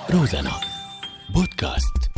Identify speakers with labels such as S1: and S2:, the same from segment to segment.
S1: روزانا بودكاست.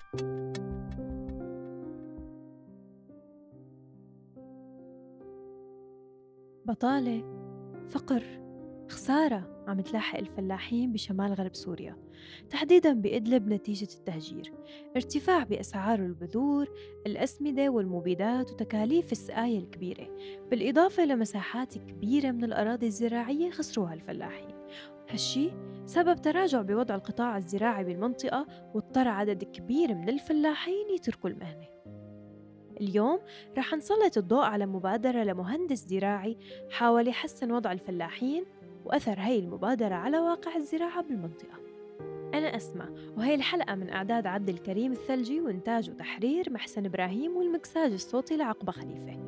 S2: بطالة، فقر، خسارة عم تلاحق الفلاحين بشمال غرب سوريا، تحديداً بإدلب نتيجة التهجير، ارتفاع بأسعار البذور، الأسمدة والمبيدات وتكاليف السقاية الكبيرة، بالإضافة لمساحات كبيرة من الأراضي الزراعية خسروها الفلاحين. هالشي سبب تراجع بوضع القطاع الزراعي بالمنطقة، واضطر عدد كبير من الفلاحين يتركوا المهنة. اليوم رح نسلط الضوء على مبادرة لمهندس زراعي حاول يحسن وضع الفلاحين وأثر هاي المبادرة على واقع الزراعة بالمنطقة. أنا أسمع، وهي الحلقة من إعداد عبد الكريم الثلجي وإنتاج وتحرير محسن إبراهيم والمكساج الصوتي لعقبة خليفة.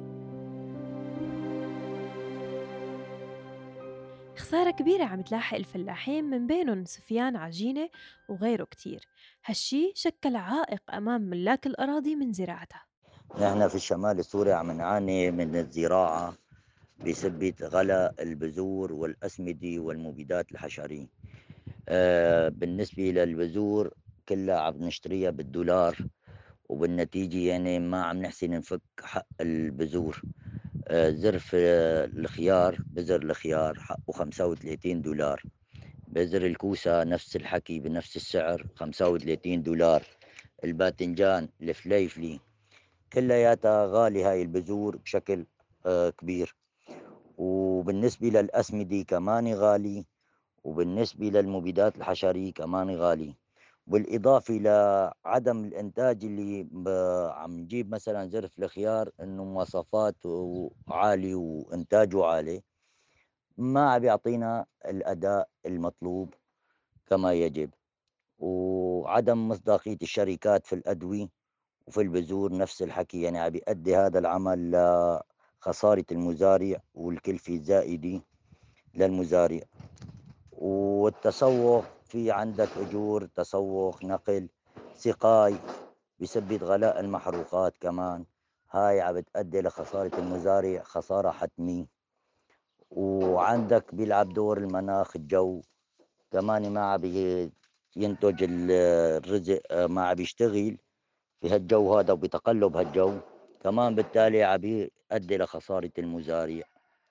S2: خسارة كبيرة عم تلاحق الفلاحين، من بينهم سفيان عجينة وغيره كتير. هالشي شكل عائق أمام ملاك الأراضي من زراعتها.
S3: نحن في الشمال السوري عم نعاني من الزراعة بسبب غلاء البذور والأسمدة والمبيدات الحشرية. بالنسبة للبذور كلها عم نشتريها بالدولار، وبالنتيجة يعني ما عم نحسن نفك حق البذور. زرف الخيار، بذر الخيار حقه 35 دولار، بذر الكوسة نفس الحكي بنفس السعر 35 دولار. الباذنجان الفليفلي كلياتها غالي هاي البذور بشكل كبير. وبالنسبة للأسمدة كمان غالي، وبالنسبة للمبيدات الحشرية كمان غالي. بالإضافة لعدم الإنتاج اللي عم نجيب مثلا زرف الخيار إنه مواصفاته عالي وإنتاجه عالي، ما عم بيعطينا الأداء المطلوب كما يجب. وعدم مصداقية الشركات في الأدوية وفي البذور نفس الحكي، يعني عم بيؤدي هذا العمل لخسارة المزارع والكلفة الزائدة للمزارع. والتسوق، في عندك أجور تسوق، نقل، سقاي، بسبب غلاء المحروقات كمان. هاي عم بتؤدي لخسارة المزارع خسارة حتمية. وعندك بيلعب دور المناخ، الجو كمان ما عم ينتج الرزق، ما عم بيشتغل في هالجو هذا وبتقلب هالجو كمان، بالتالي عم بيؤدي لخسارة المزارع.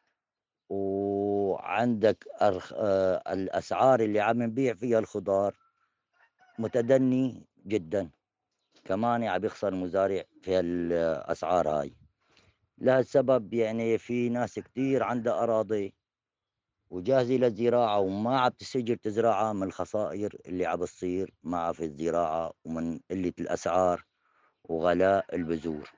S3: وعندك الأسعار اللي عم نبيع فيها الخضار متدني جدا، كمان عم بيخسر المزارع في الأسعار هاي. لهالسبب يعني في ناس كتير عندها أراضي وجاهزة للزراعة وما عم تسجل تزرعها من الخسائر اللي عم بتصير معها في الزراعة، ومن قلة الأسعار وغلاء البذور.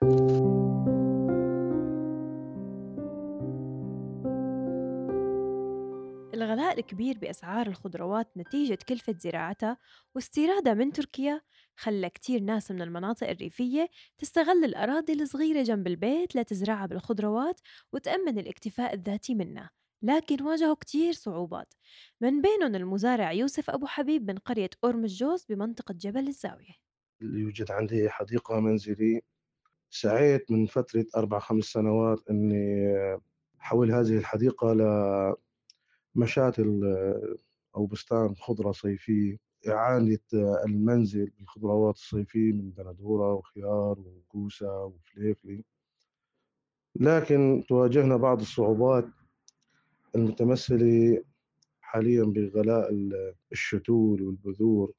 S2: الغلاء الكبير بأسعار الخضروات نتيجة كلفة زراعتها واستيرادها من تركيا خلى كتير ناس من المناطق الريفية تستغل الأراضي الصغيرة جنب البيت لتزرعها بالخضروات وتأمن الاكتفاء الذاتي منها. لكن واجهوا كتير صعوبات، من بينهم المزارع يوسف أبو حبيب من قرية أورم الجوز بمنطقة جبل الزاوية.
S4: يوجد عندي حديقة منزلي. سعيت من فترة 4 5 سنوات أني أحول هذه الحديقة لمشاتل أو بستان خضرة صيفية، إعادة المنزل بالخضروات الصيفية من بندورة وخيار وكوسة وفليفلي. لكن تواجهنا بعض الصعوبات المتمثلة حاليا بغلاء الشتول والبذور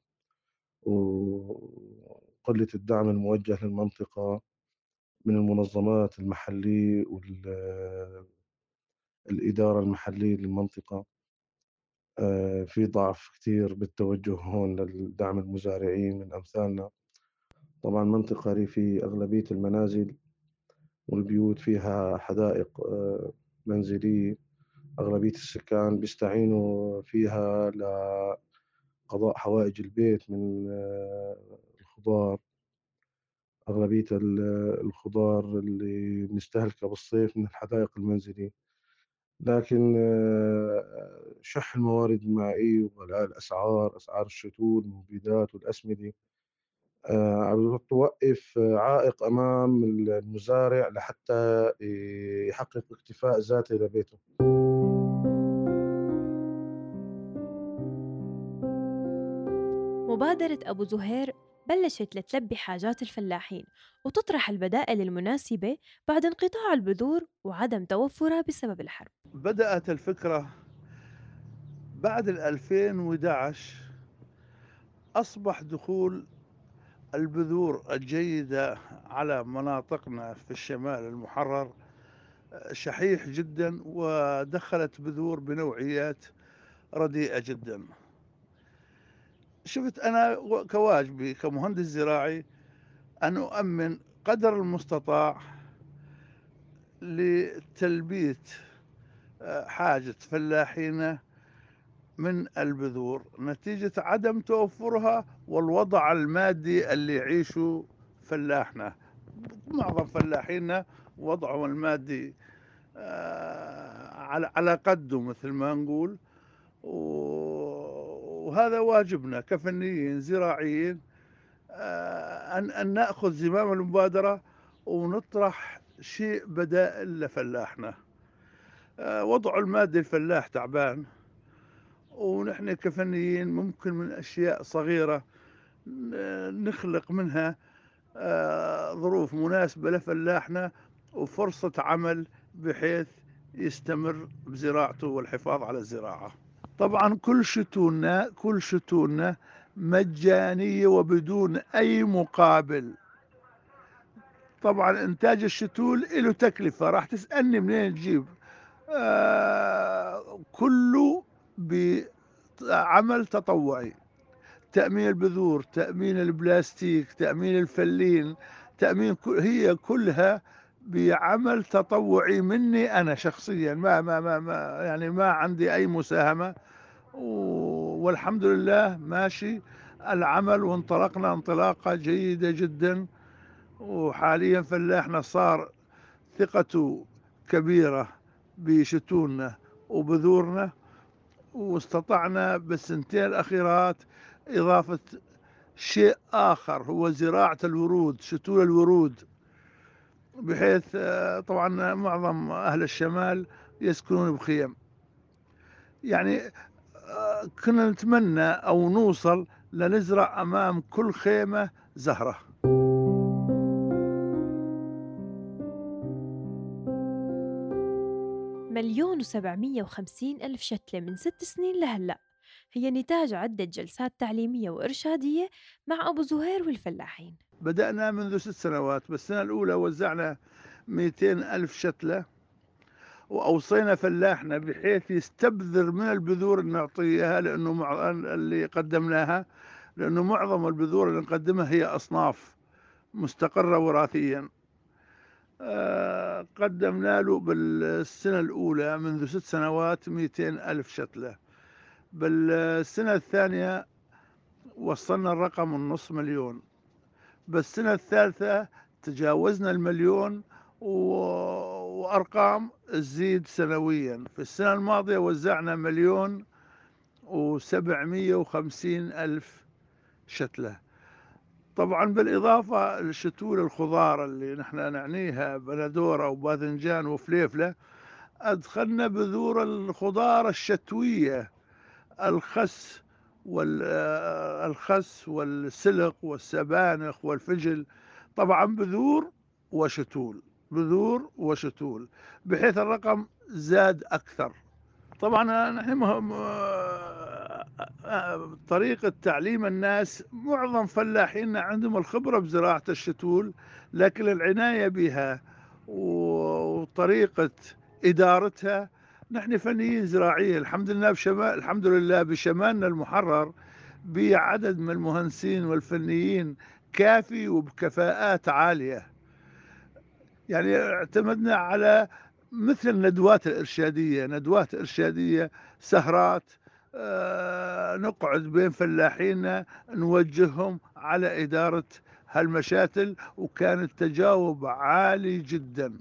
S4: وقلة الدعم الموجه للمنطقة من المنظمات المحلية والإدارة المحلية للمنطقة. في ضعف كتير بالتوجه هون للدعم المزارعين من أمثالنا. طبعا منطقة ريفية، أغلبية المنازل والبيوت فيها حدائق منزلية، أغلبية السكان بيستعينوا فيها لقضاء حوائج البيت من الخضار. أغلبية الخضار اللي مستهلكة بالصيف من الحدائق المنزلية. لكن شح الموارد المائية وغلاء الأسعار، أسعار الشتول والمبيدات والأسمدة، عم توقف عائق أمام المزارع لحتى يحقق اكتفاء ذاتي لبيته.
S2: مبادرة أبو زهير بلشت لتلبي حاجات الفلاحين وتطرح البدائل المناسبة بعد انقطاع البذور وعدم توفرها بسبب الحرب.
S5: بدأت الفكرة بعد 2011. أصبح دخول البذور الجيدة على مناطقنا في الشمال المحرر شحيح جدا، ودخلت بذور بنوعيات رديئة جدا. شفت أنا كواجبي كمهندس زراعي أن أؤمن قدر المستطاع لتلبية حاجة فلاحينا من البذور نتيجة عدم توفرها والوضع المادي اللي يعيشه فلاحنا. معظم فلاحينا وضعهم المادي على قده مثل ما نقول، وهذا واجبنا كفنيين زراعيين أن نأخذ زمام المبادرة ونطرح شيء بدائل لفلاحنا. وضع المادي الفلاح تعبان، ونحن كفنيين ممكن من أشياء صغيرة نخلق منها ظروف مناسبة لفلاحنا وفرصة عمل بحيث يستمر بزراعته والحفاظ على الزراعة. طبعا كل شتوننا مجانية وبدون أي مقابل. طبعا إنتاج الشتول له تكلفة، راح تسألني منين تجيب؟ كله بعمل تطوعي، تأمين البذور، تأمين البلاستيك، تأمين الفلين، هي كلها بعمل تطوعي مني أنا شخصيا. ما عندي أي مساهمة، والحمد لله ماشي العمل، وانطلقنا انطلاقة جيدة جدا. وحاليا فلاحنا صار ثقته كبيرة بشتوننا وبذورنا، واستطعنا بالسنتين الأخيرات إضافة شيء آخر هو زراعة الورود، شتول الورود، بحيث طبعا معظم أهل الشمال يسكنون بخيم. يعني كنا نتمنى أو نوصل لنزرع أمام كل خيمة زهرة.
S2: 1,750,000 شتلة من 6 سنين لهلأ، هي نتاج عدة جلسات تعليمية وإرشادية مع أبو زهير والفلاحين.
S5: بدأنا منذ 6 سنوات، بالسنة الأولى وزعنا 200,000 شتلة، وأوصينا فلاحنا بحيث يستبذر من البذور اللي نعطيها اللي قدمناها، لأنه معظم البذور اللي نقدمها هي أصناف مستقرة وراثيا. قدمنا له بالسنة الأولى منذ 6 سنوات 200,000 شتلة. بالسنة الثانية وصلنا الرقم 500,000. بالسنة الثالثة تجاوزنا 1,000,000 وأرقام تزيد سنويا. في السنة الماضية وزعنا 1,750,000 شتلة. طبعا بالإضافة لشتول الخضار اللي نحن نعنيها بندورة وباذنجان وفليفلة، أدخلنا بذور الخضار الشتوية، الخس والسلق والسبانخ والفجل. طبعا بذور وشتول، بحيث الرقم زاد أكثر. طبعا نحن طريقة تعليم الناس، معظم فلاحيننا عندهم الخبرة بزراعة الشتول، لكن العناية بها وطريقة إدارتها نحن فنيين زراعيين. الحمد لله بشمالنا المحرر بعدد من المهندسين والفنيين كافي وبكفاءات عالية. يعني اعتمدنا على مثل الندوات الإرشادية، سهرات، نقعد بين فلاحيننا نوجههم على إدارة هالمشاتل، وكان التجاوب عالي جدا.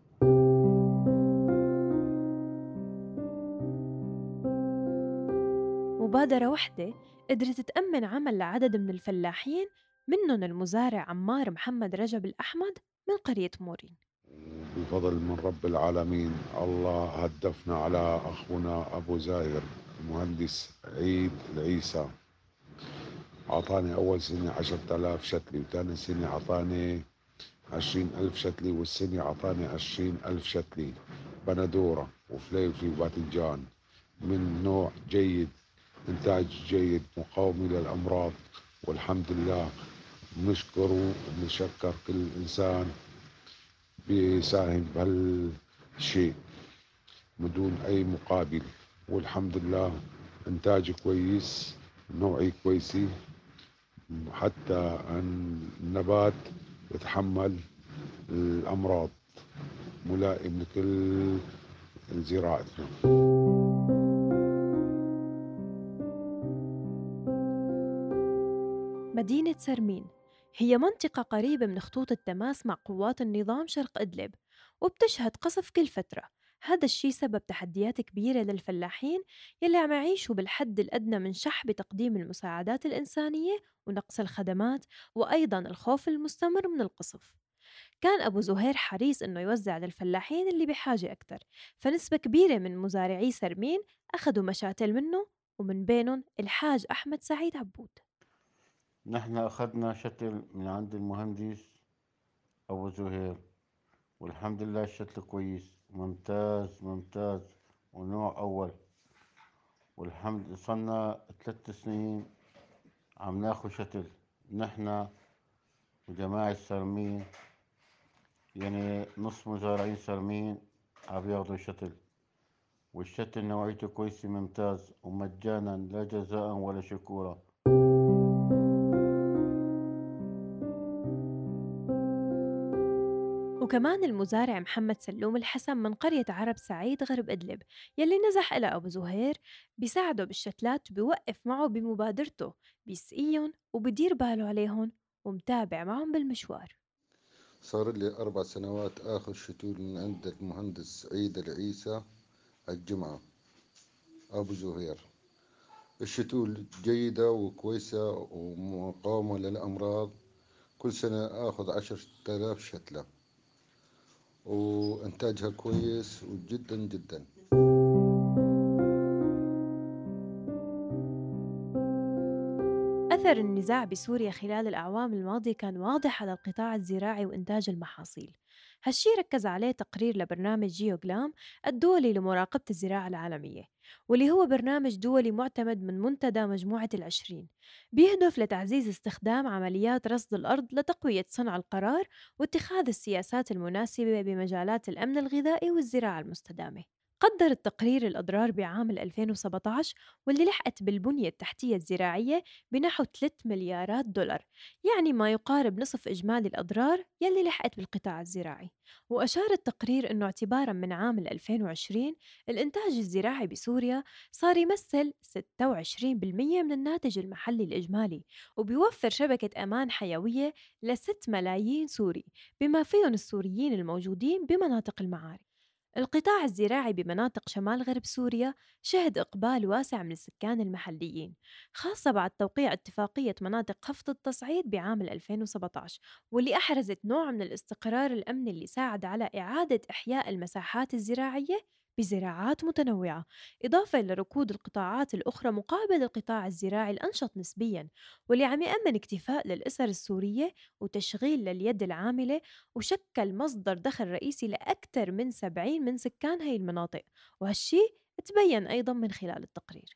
S2: مبادرة واحدة قدرت تأمن عمل لعدد من الفلاحين، منهم المزارع عمار محمد رجب الأحمد من قرية مورين.
S6: بفضل من رب العالمين الله هدفنا على أخونا أبو زاهر المهندس عيد العيسى. أعطاني أول سنة 10,000 شتلي، وثاني سنة أعطاني 20,000 شتلي، والسنة أعطاني 20,000 شتلي بندورة وفليفلي وباذنجان من نوع جيد، إنتاج جيد مقاوم للأمراض. والحمد لله بنشكر وبنشكر كل إنسان بيساهم بهالشيء بدون أي مقابل. والحمد لله إنتاج كويس، نوعي كويسة، حتى النبات يتحمل الأمراض، ملائم لكل زراعتنا.
S2: مدينة سرمين هي منطقة قريبة من خطوط التماس مع قوات النظام شرق إدلب، وبتشهد قصف كل فترة. هذا الشي سبب تحديات كبيرة للفلاحين يلي عم يعيشوا بالحد الأدنى من شح بتقديم المساعدات الإنسانية ونقص الخدمات، وأيضاً الخوف المستمر من القصف. كان أبو زهير حريص إنه يوزع للفلاحين اللي بحاجة أكتر، فنسبة كبيرة من مزارعي سرمين أخذوا مشاتل منه، ومن بينهم الحاج أحمد سعيد عبود.
S7: نحن أخذنا شتل من عند المهندس أبو زهير، والحمد لله الشتل كويس، ممتاز ممتاز ونوع أول. والحمد صلنا 3 سنين عم ناخذ شتل نحن وجماعة سرمين، يعني نص مزارعين سرمين عم ياخذوا شتل، والشتل نوعيته كويسة ممتاز ومجانا لا جزاء ولا شكورا.
S2: وكمان المزارع محمد سلوم الحسن من قرية عرب سعيد غرب إدلب يلي نزح إلى أبو زهير بيساعده بالشتلات وبيوقف معه بمبادرته، بيسقيهم وبدير باله عليهم ومتابع معهم بالمشوار.
S8: صار لي 4 سنوات آخذ شتول من عند المهندس سعيد العيسى الجمعة أبو زهير. الشتول جيدة وكويسة ومقاومة للأمراض. كل سنة آخذ 10,000 شتلة وإنتاجها كويس وجدا جدا.
S2: أثر النزاع بسوريا خلال الأعوام الماضية كان واضح على القطاع الزراعي وإنتاج المحاصيل. هالشي ركز عليه تقرير لبرنامج جيوغلام الدولي لمراقبة الزراعة العالمية، واللي هو برنامج دولي معتمد من منتدى مجموعة ال20، بيهدف لتعزيز استخدام عمليات رصد الأرض لتقوية صنع القرار واتخاذ السياسات المناسبة بمجالات الأمن الغذائي والزراعة المستدامة. قدر التقرير الأضرار بعام 2017 واللي لحقت بالبنية التحتية الزراعية بنحو 3 مليارات دولار، يعني ما يقارب نصف إجمالي الأضرار يلي لحقت بالقطاع الزراعي. وأشار التقرير أنه اعتباراً من عام 2020 الإنتاج الزراعي بسوريا صار يمثل 26% من الناتج المحلي الإجمالي، وبيوفر شبكة أمان حيوية ل6 ملايين سوري، بما فيهم السوريين الموجودين بمناطق المعارك. القطاع الزراعي بمناطق شمال غرب سوريا شهد إقبال واسع من السكان المحليين، خاصة بعد توقيع اتفاقية مناطق خفض التصعيد بعام 2017، واللي أحرزت نوع من الاستقرار الأمني اللي ساعد على إعادة إحياء المساحات الزراعية بزراعات متنوعة، إضافة لركود القطاعات الأخرى مقابل القطاع الزراعي الأنشط نسبياً، واللي عم يأمن اكتفاء للأسر السورية وتشغيل لليد العاملة، وشكل مصدر دخل رئيسي لأكثر من 70 من سكان هاي المناطق. وهالشي تبين أيضاً من خلال التقرير.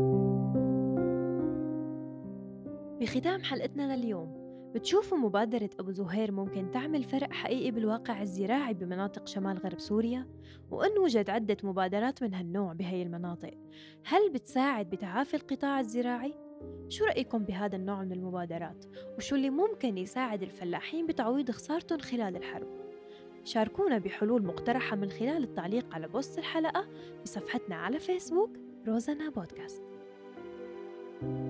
S2: بختام حلقتنا لليوم، بتشوفوا مبادرة أبو زهير ممكن تعمل فرق حقيقي بالواقع الزراعي بمناطق شمال غرب سوريا؟ وإن وجد عدة مبادرات من هالنوع بهاي المناطق، هل بتساعد بتعافي القطاع الزراعي؟ شو رأيكم بهذا النوع من المبادرات؟ وشو اللي ممكن يساعد الفلاحين بتعويض خسارتهم خلال الحرب؟ شاركونا بحلول مقترحة من خلال التعليق على بوست الحلقة بصفحتنا على فيسبوك روزانا بودكاست.